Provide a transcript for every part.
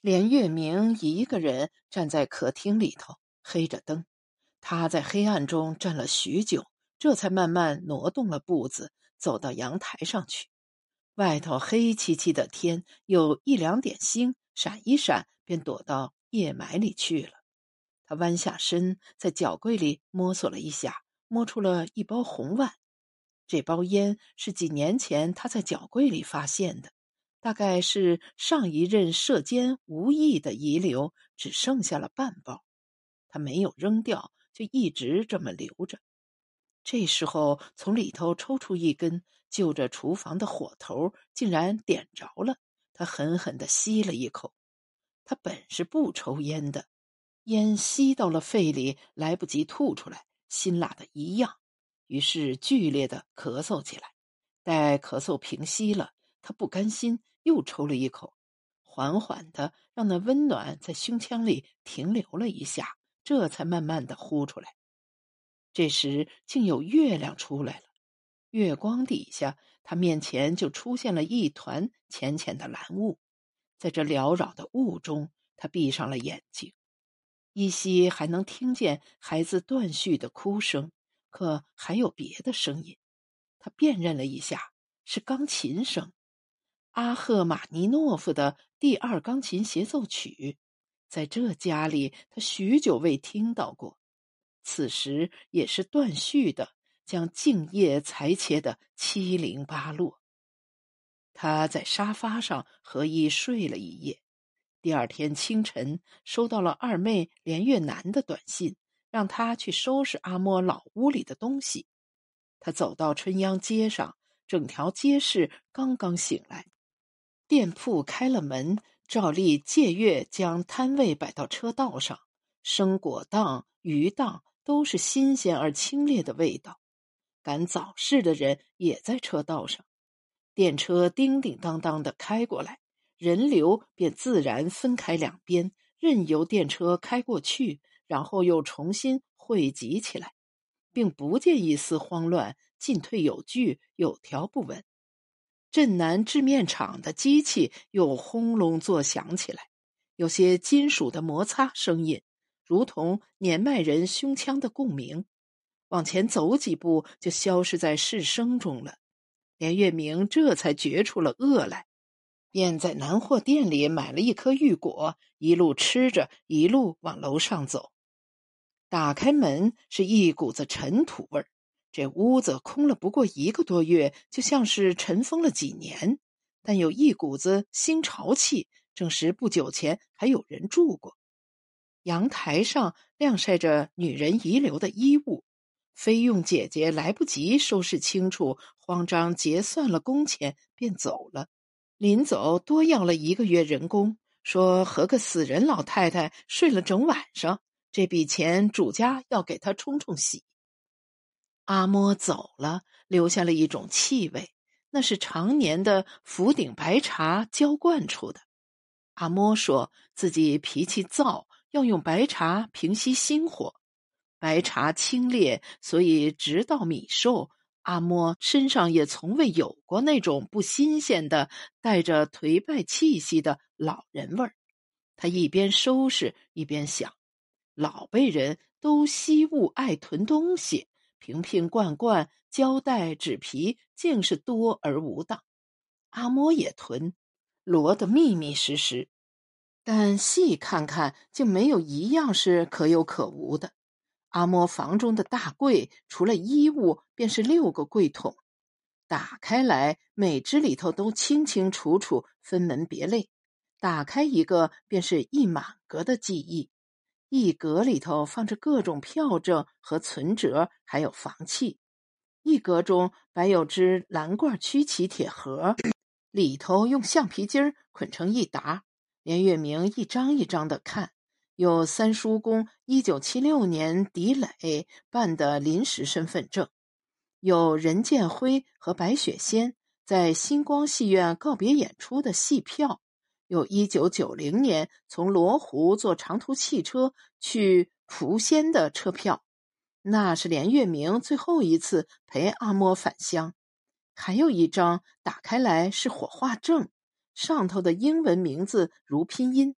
连月明一个人站在客厅里头，黑着灯。他在黑暗中站了许久，这才慢慢挪动了步子，走到阳台上去。外头黑漆漆的天，有一两点星闪一闪，便躲到夜霾里去了。他弯下身，在脚柜里摸索了一下，摸出了一包红丸。这包烟是几年前他在脚柜里发现的，大概是上一任舍监无意的遗留，只剩下了半包。他没有扔掉，就一直这么留着。这时候从里头抽出一根，就着厨房的火头竟然点着了。他狠狠地吸了一口。他本是不抽烟的，烟吸到了肺里，来不及吐出来，辛辣的一样，于是剧烈的咳嗽起来。待咳嗽平息了，他不甘心，又抽了一口，缓缓的让那温暖在胸腔里停留了一下，这才慢慢的呼出来。这时竟有月亮出来了，月光底下，他面前就出现了一团浅浅的蓝雾。在这缭绕的雾中，他闭上了眼睛，依稀还能听见孩子断续的哭声，可还有别的声音。他辨认了一下，是钢琴声，阿赫玛尼诺夫的第二钢琴协奏曲。在这家里，他许久未听到过。此时也是断续的，将静夜裁切得七零八落。他在沙发上合衣睡了一夜。第二天清晨，收到了二妹连月南的短信，让他去收拾阿嬷老屋里的东西。他走到春秧街上，整条街市刚刚醒来，店铺开了门，照例借月将摊位摆到车道上，生果档、鱼档都是新鲜而清冽的味道。赶早市的人也在车道上，电车叮叮当当地开过来，人流便自然分开两边，任由电车开过去，然后又重新汇集起来，并不见一丝慌乱，进退有据，有条不紊。镇南制面厂的机器又轰隆作响起来，有些金属的摩擦声音，如同年迈人胸腔的共鸣。往前走几步，就消失在市声中了。连月明这才觉出了饿来，便在南货店里买了一颗玉果，一路吃着，一路往楼上走。打开门，是一股子尘土味儿。这屋子空了不过1个多月，就像是尘封了几年，但有一股子新潮气，证实不久前还有人住过。阳台上晾晒着女人遗留的衣物，菲佣姐姐来不及收拾清楚，慌张结算了工钱便走了。临走多要了1个月人工，说和个死人老太太睡了整晚上，这笔钱主家要给她冲冲喜。阿嬷走了，留下了一种气味，那是常年的福鼎白茶浇灌出的。阿嬷说自己脾气躁，要用白茶平息心火。白茶清冽，所以直到米寿，阿嬷身上也从未有过那种不新鲜的带着颓败气息的老人味儿。他一边收拾一边想，老辈人都惜物爱囤东西，瓶瓶罐罐、胶带、纸皮竟是多而无当。阿嬷也囤，摞得密密实实，但细看看竟没有一样是可有可无的。阿嬷房中的大柜，除了衣物便是6个柜桶，打开来每只里头都清清楚楚，分门别类。打开一个便是一满格的记忆，一格里头放着各种票证和存折，还有房契。一格中摆有只蓝罐曲奇铁盒，里头用橡皮筋捆成一沓，连月明一张一张的看。有三叔公1976年底垒办的临时身份证，有任建辉和白雪仙在星光戏院告别演出的戏票，有1990年从罗湖坐长途汽车去蒲仙的车票，那是连月明最后一次陪阿嬷返乡。还有一张打开来是火化证，上头的英文名字如拼音，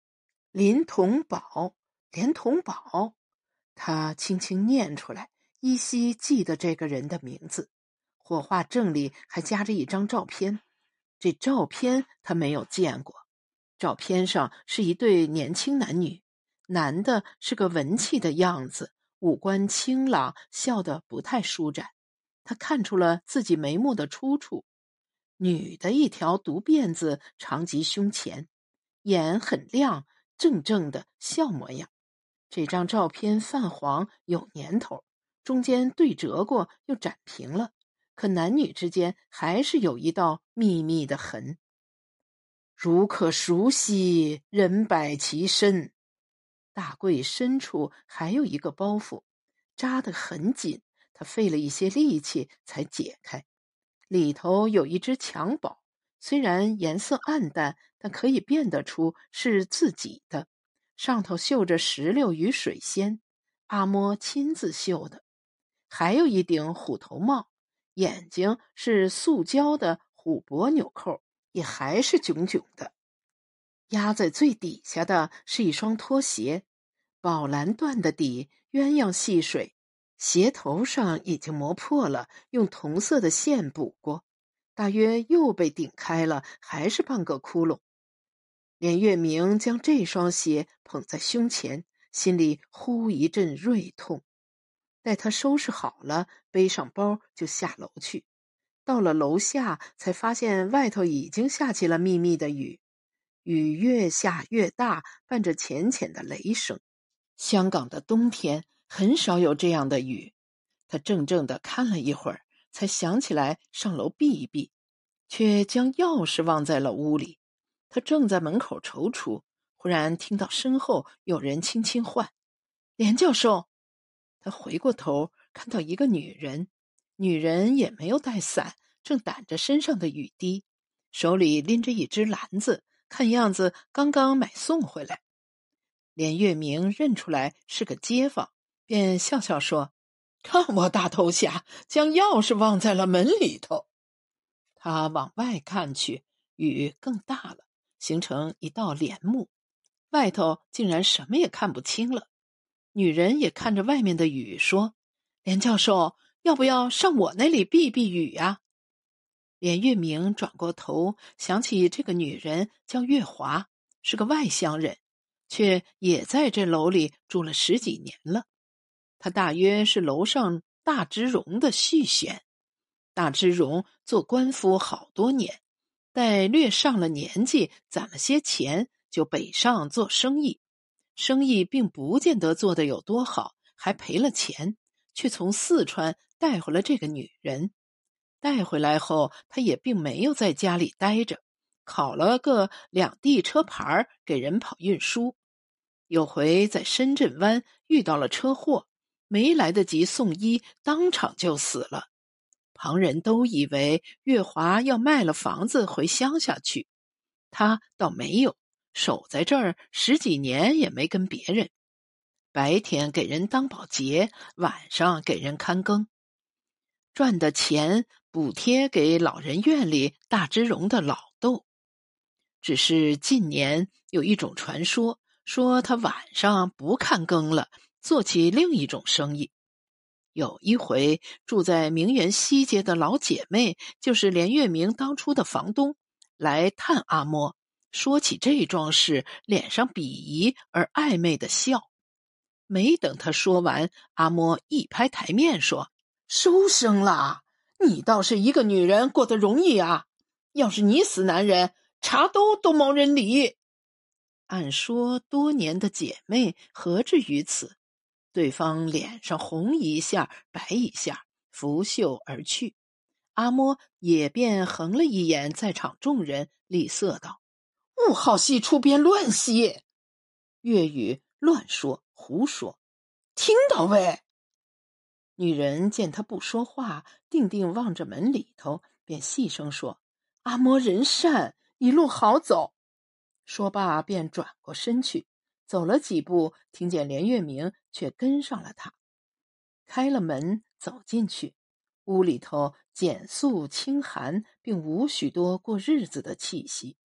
林同宝，连同宝。他轻轻念出来，依稀记得这个人的名字。火化证里还夹着一张照片，这照片他没有见过。照片上是一对年轻男女，男的是个文气的样子，五官清朗，笑得不太舒展。他看出了自己眉目的出处。女的一条独辫子长及胸前，眼很亮，正正的笑模样。这张照片泛黄有年头，中间对折过又展平了，可男女之间还是有一道密密的痕。如可熟悉，人摆其身。大柜深处还有一个包袱，扎得很紧，他费了一些力气才解开。里头有一只襁褓，虽然颜色暗淡，但可以辨得出是自己的，上头绣着石榴与水仙，阿嬷亲自绣的。还有一顶虎头帽，眼睛是塑胶的虎脖纽扣，也还是炯炯的。压在最底下的是一双拖鞋，宝蓝缎的底，鸳鸯细水，鞋头上已经磨破了，用同色的线补过，大约又被顶开了，还是半个窟窿。连月明将这双鞋捧在胸前，心里忽一阵锐痛。待他收拾好了，背上包就下楼去。到了楼下，才发现外头已经下起了密密的雨，雨越下越大，伴着浅浅的雷声。香港的冬天很少有这样的雨。他怔怔地看了一会儿，才想起来上楼避一避，却将钥匙忘在了屋里。他正在门口踌躇，忽然听到身后有人轻轻唤：“连教授！”他回过头，看到一个女人，女人也没有带伞，正掸着身上的雨滴，手里拎着一只篮子，看样子刚刚买送回来。连月明认出来是个街坊，便笑笑说：“看我大头侠将钥匙忘在了门里头。”他往外看去，雨更大了，形成一道帘幕，外头竟然什么也看不清了。女人也看着外面的雨说：“连教授，要不要上我那里避避雨呀？”连月明转过头，想起这个女人叫月华，是个外乡人，却也在这楼里住了10几年了。她大约是楼上大芝荣的续弦。大芝荣做官夫好多年，待略上了年纪，攒了些钱，就北上做生意。生意并不见得做得有多好，还赔了钱，却从四川带回了这个女人。带回来后，他也并没有在家里待着，考了个2地车牌给人跑运输。有回在深圳湾遇到了车祸，没来得及送医，当场就死了。旁人都以为月华要卖了房子回乡下去，他倒没有，守在这儿10几年也没跟别人。白天给人当保洁，晚上给人看更，赚的钱补贴给老人院里大芝荣的老豆。只是近年有一种传说，说他晚上不看更了，做起另一种生意。有一回，住在名园西街的老姐妹，就是连月明当初的房东，来探阿嬷，说起这桩事，脸上鄙夷而暧昧的笑。没等他说完，阿嬷一拍台面说：“收声啦！你倒是一个女人过得容易啊！要是你死男人，茶都没人理。”按说多年的姐妹何至于此？对方脸上红一下白一下，拂袖而去。阿嬷也便横了一眼在场众人，厉色道：“勿好戏出边乱戏！”粤语乱说胡说，听到未？女人见他不说话，定定望着门里头，便细声说：“阿嬷人善，一路好走。”说罢便转过身去，走了几步，听见连月明却跟上了他。开了门走进去，屋里头简素清寒，并无许多过日子的气息。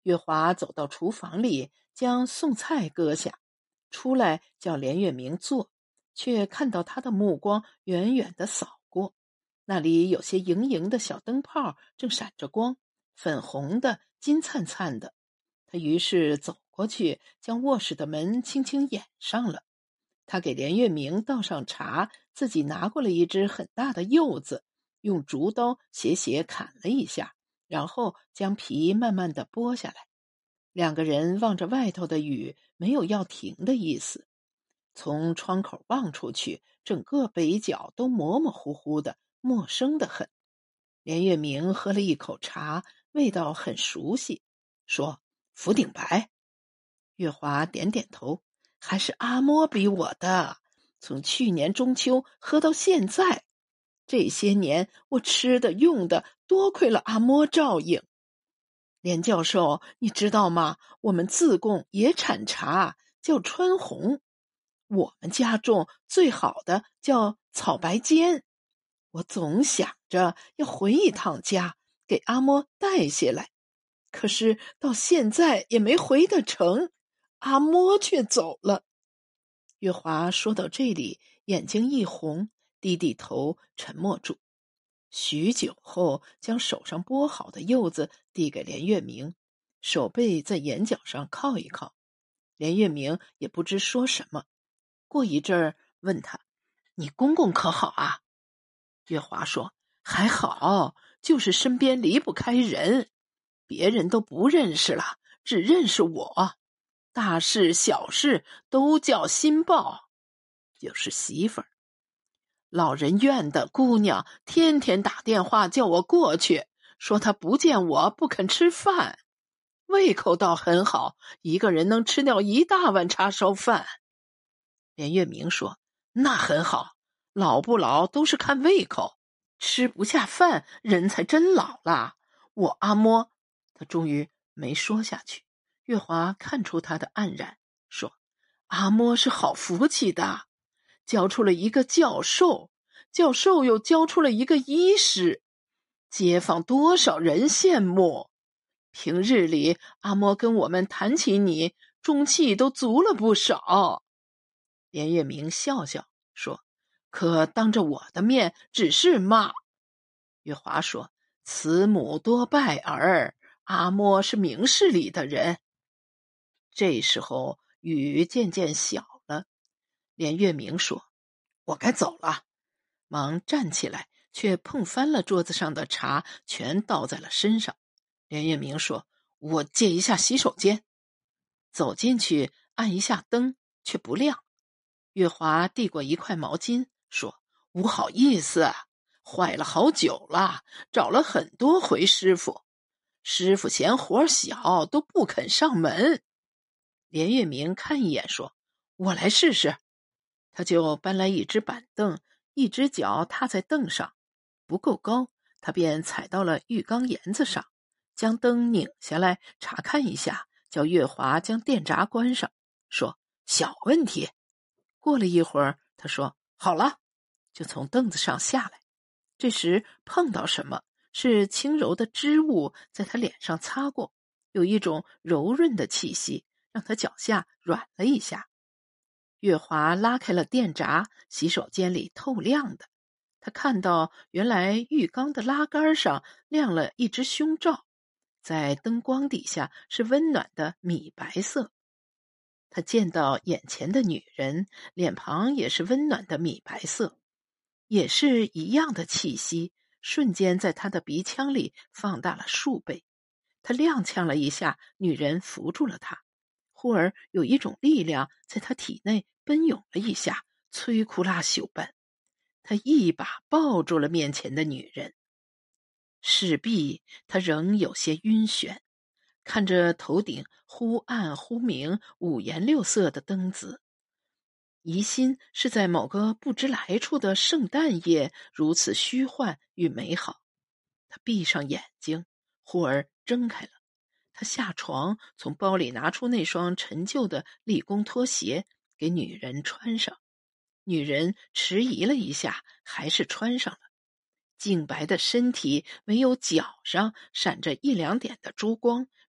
月华走到厨房里，将送菜搁下，出来叫连月明坐，却看到他的目光远远地扫过，那里有些莹莹的小灯泡正闪着光，粉红的，金灿灿的。他于是走过去，将卧室的门轻轻掩上了。他给连月明倒上茶，自己拿过了一只很大的柚子，用竹刀斜斜砍了一下，然后将皮慢慢地剥下来。两个人望着外头的雨，没有要停的意思。从窗口望出去，整个北角都模模糊糊的，陌生得很。连月明喝了一口茶，味道很熟悉，说：“福鼎白。”月华点点头，还是阿嬷逼我的，从去年中秋喝到现在，这些年我吃的用的多亏了阿嬷照应。连教授，你知道吗？我们自贡也产茶，叫川红，我们家种最好的叫草白尖。我总想着要回一趟家，给阿嬷带下来，可是到现在也没回得成，阿嬷却走了。月华说到这里，眼睛一红，低低头沉默住。许久后，将手上剥好的柚子递给连月明，手背在眼角上靠一靠。连月明也不知说什么，过一阵儿问他：“你公公可好啊？”月华说：“还好，就是身边离不开人，别人都不认识了，只认识我，大事小事都叫心抱。就是媳妇儿，老人院的姑娘天天打电话叫我过去，说她不见我不肯吃饭，胃口倒很好，一个人能吃掉一大碗叉烧饭。”连月明说：“那很好，老不老都是看胃口，吃不下饭人才真老了。我阿嬷……”他终于没说下去。月华看出他的黯然，说：“阿嬷是好福气的，教出了一个教授，教授又教出了一个医师，街坊多少人羡慕。平日里阿嬷跟我们谈起你，中气都足了不少。”连月明笑笑说：“可当着我的面只是骂。”月华说：“慈母多败儿，阿嬷是明事理的人。”这时候雨渐渐小了，连月明说：“我该走了。”忙站起来，却碰翻了桌子上的茶，全倒在了身上。连月明说：“我借一下洗手间。”走进去按一下灯，却不亮。月华递过一块毛巾，说：“不好意思，坏了好久了，找了很多回师傅，师傅嫌活小，都不肯上门。”连月明看一眼说：“我来试试。”他就搬来一只板凳，一只脚踏在凳上，不够高，他便踩到了浴缸沿子上，将灯拧下来查看一下，叫月华将电闸关上，说：“小问题。”过了一会儿，他说：“好了。”就从凳子上下来。这时碰到什么，是轻柔的织物在他脸上擦过，有一种柔润的气息，让他脚下软了一下。月华拉开了电闸，洗手间里透亮的。他看到原来浴缸的拉杆上亮了一只胸罩，在灯光底下是温暖的米白色。他见到眼前的女人，脸庞也是温暖的米白色，也是一样的气息，瞬间在他的鼻腔里放大了数倍。他踉跄了一下，女人扶住了他，忽而有一种力量在他体内奔涌了一下，摧枯拉朽般。他一把抱住了面前的女人，势必他仍有些晕眩，看着头顶忽暗忽明、五颜六色的灯子，疑心是在某个不知来处的圣诞夜如此虚幻与美好。他闭上眼睛，忽而睁开了。他下床，从包里拿出那双陈旧的理工拖鞋，给女人穿上。女人迟疑了一下，还是穿上了。净白的身体唯有脚上闪着一两点的珠光，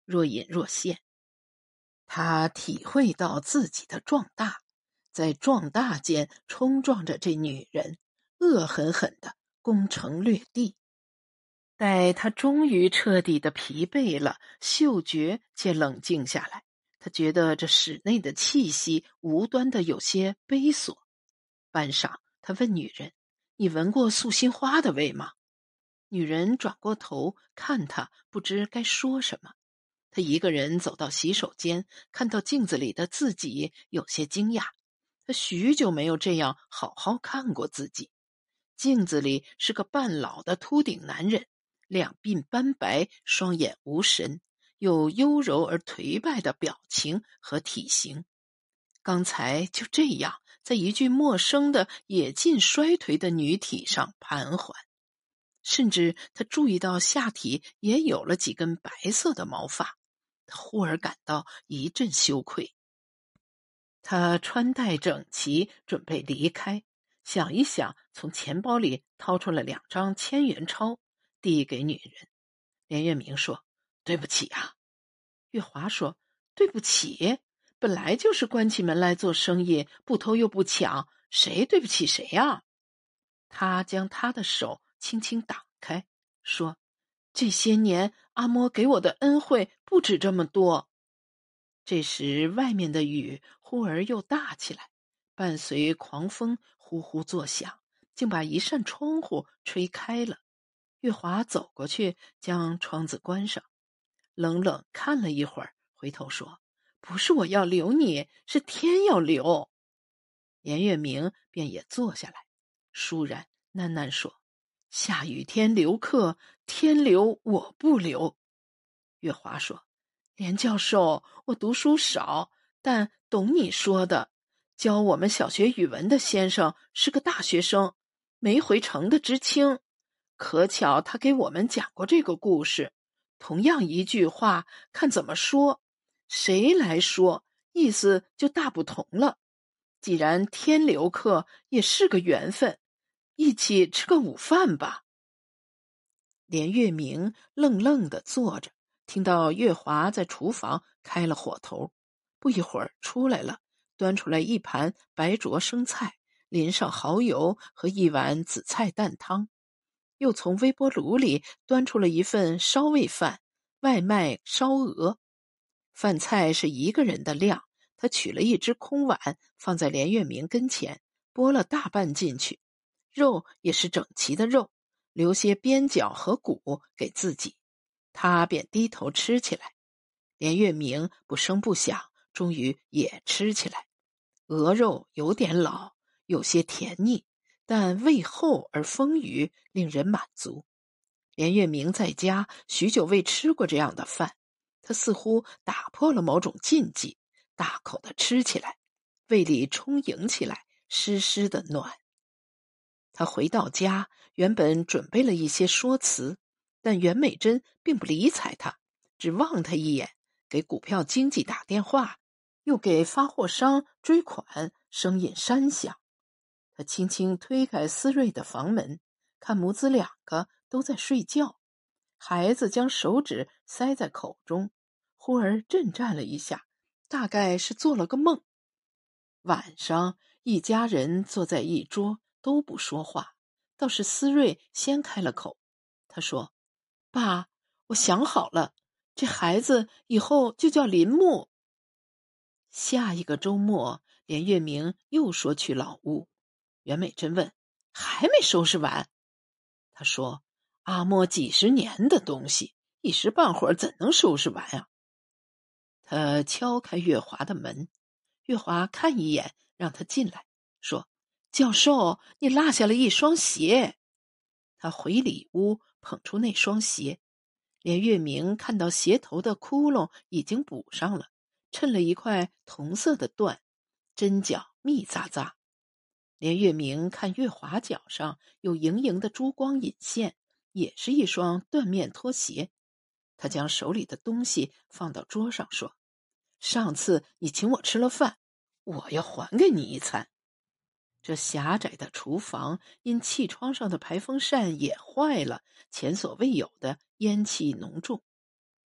若隐若现。他体会到自己的壮大，在壮大间冲撞着这女人，恶狠狠地攻城略地。待他终于彻底的疲惫了，嗅觉却冷静下来，他觉得这室内的气息无端的有些悲索。半晌，他问女人：“你闻过素心花的味吗？”女人转过头看他，不知该说什么。他一个人走到洗手间，看到镜子里的自己，有些惊讶。他许久没有这样好好看过自己。镜子里是个半老的秃顶男人，两鬓斑白，双眼无神，有优柔而颓败的表情和体型。刚才就这样在一具陌生的也近衰颓的女体上盘桓，甚至他注意到下体也有了几根白色的毛发。他忽而感到一阵羞愧。他穿戴整齐，准备离开，想一想，从钱包里掏出了2张1000元钞，递给女人。连月明说：“对不起啊。”月华说：“对不起？本来就是关起门来做生意，不偷又不抢，谁对不起谁啊？”他将他的手轻轻挡开，说：“这些年阿嬷给我的恩惠不止这么多。”这时外面的雨忽而又大起来，伴随狂风呼呼作响，竟把一扇窗户吹开了。月华走过去将窗子关上，冷冷看了一会儿，回头说：“不是我要留你，是天要留。”连月明便也坐下来，倏然喃喃说：“下雨天留客，天留我不留。”月华说：“连教授，我读书少，但懂你说的。教我们小学语文的先生是个大学生，没回城的知青。可巧他给我们讲过这个故事，同样一句话，看怎么说，谁来说，意思就大不同了。既然天留客，也是个缘分，一起吃个午饭吧。”连月明愣愣地坐着，听到月华在厨房开了火头，不一会儿出来了，端出来一盘白灼生菜，淋上蚝油和一碗紫菜蛋汤，又从微波炉里端出了一份烧味饭，外卖烧鹅。饭菜是一个人的量，他取了一只空碗放在连月明跟前，拨了大半进去，肉也是整齐的肉，留些边角和骨给自己，他便低头吃起来。连月明不声不响，终于也吃起来。鹅肉有点老，有些甜腻，但味厚而丰腴，令人满足。连月明在家许久未吃过这样的饭，他似乎打破了某种禁忌，大口地吃起来，胃里充盈起来，湿湿的暖。他回到家，原本准备了一些说辞，但袁美珍并不理睬他，只望他一眼，给股票经纪打电话，又给发货商追款，声音山响。他轻轻推开思瑞的房门，看母子2个都在睡觉，孩子将手指塞在口中，忽而震颤了一下，大概是做了个梦。晚上一家人坐在一桌，都不说话，倒是思瑞先开了口。他说：“爸，我想好了，这孩子以后就叫林木。”下一个周末，连月明又说去老屋。袁美珍问：“还没收拾完？”他说：“阿嬷几十年的东西，一时半会儿怎能收拾完啊？”他敲开月华的门，月华看一眼，让他进来，说：“教授，你落下了一双鞋。”他回里屋捧出那双鞋，连月明看到鞋头的窟窿已经补上了，衬了一块同色的缎，针脚密匝匝。连月明看月华脚上有莹莹的珠光引线，也是一双缎面拖鞋。他将手里的东西放到桌上，说：“上次你请我吃了饭，我要还给你一餐。”这狭窄的厨房因气窗上的排风扇也坏了，前所未有的烟气浓重。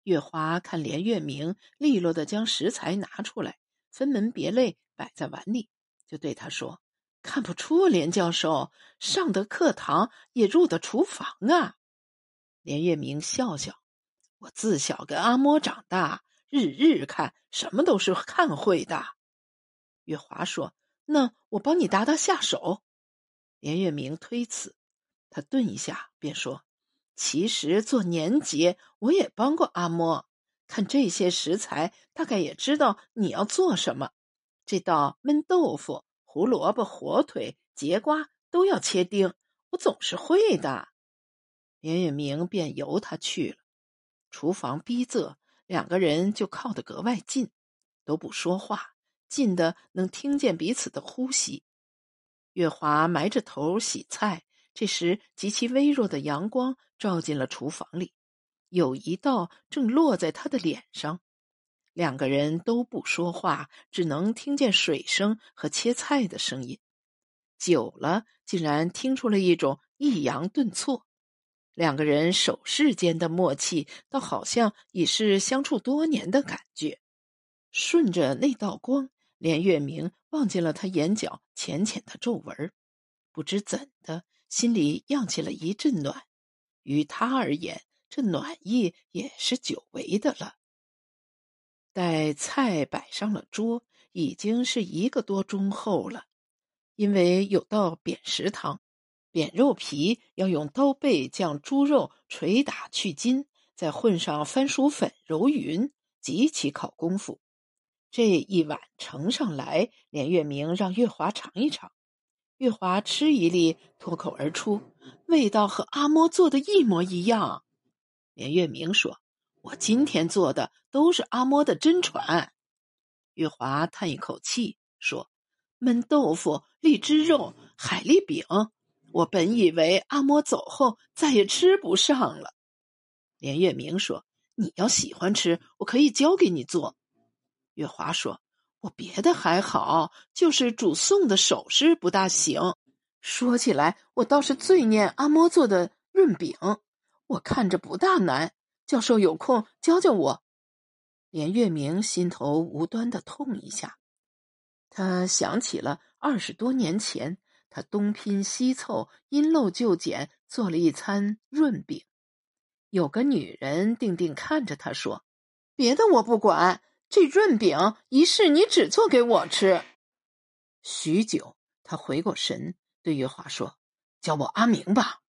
月华看连月明利落地将食材拿出来，分门别类摆在碗里，就对他说：“看不出连教授上得课堂也入得厨房啊。”连月明笑笑：“我自小跟阿嬷长大，日日看，什么都是看会的。”月华说：“那我帮你打打下手。”连月明推辞，他顿一下便说：“其实做年节我也帮过阿嬷，看这些食材大概也知道你要做什么。这道焖豆腐、胡萝卜、火腿、节瓜都要切丁，我总是会的。”连月明便由他去了。厨房逼仄，两个人就靠得格外近，都不说话，近的能听见彼此的呼吸。月华埋着头洗菜，这时极其微弱的阳光照进了厨房里，有一道正落在他的脸上。两个人都不说话，只能听见水声和切菜的声音。久了，竟然听出了一种抑扬顿挫。两个人手势间的默契，倒好像已是相处多年的感觉。顺着那道光，连月明望见了他眼角浅浅的皱纹，不知怎的，心里漾起了一阵暖。于他而言，这暖意也是久违的了。待菜摆上了桌，已经是1个多钟后了。因为有道扁食汤，扁肉皮要用刀背将猪肉捶打去筋，再混上番薯粉揉匀，极其考功夫。这一碗盛上来，连月明让月华尝一尝。月华吃一粒，脱口而出：“味道和阿嬷做的一模一样。”连月明说：“我今天做的都是阿嬷的真传。”月华叹一口气说：“焖豆腐、荔枝肉、海蛎饼，我本以为阿嬷走后再也吃不上了。”连月明说：“你要喜欢吃，我可以教给你做。”月华说：“我别的还好，就是煮餸的手势不大行。说起来，我倒是最念阿嬷做的润饼，我看着不大难，教授有空教教我。”连月明心头无端的痛一下，他想起了20多年前，他东拼西凑，因陋就简做了一餐润饼。有个女人定定看着他说：“别的我不管，这润饼一世你只做给我吃。”许久，他回过神，对月华说：“叫我阿明吧。”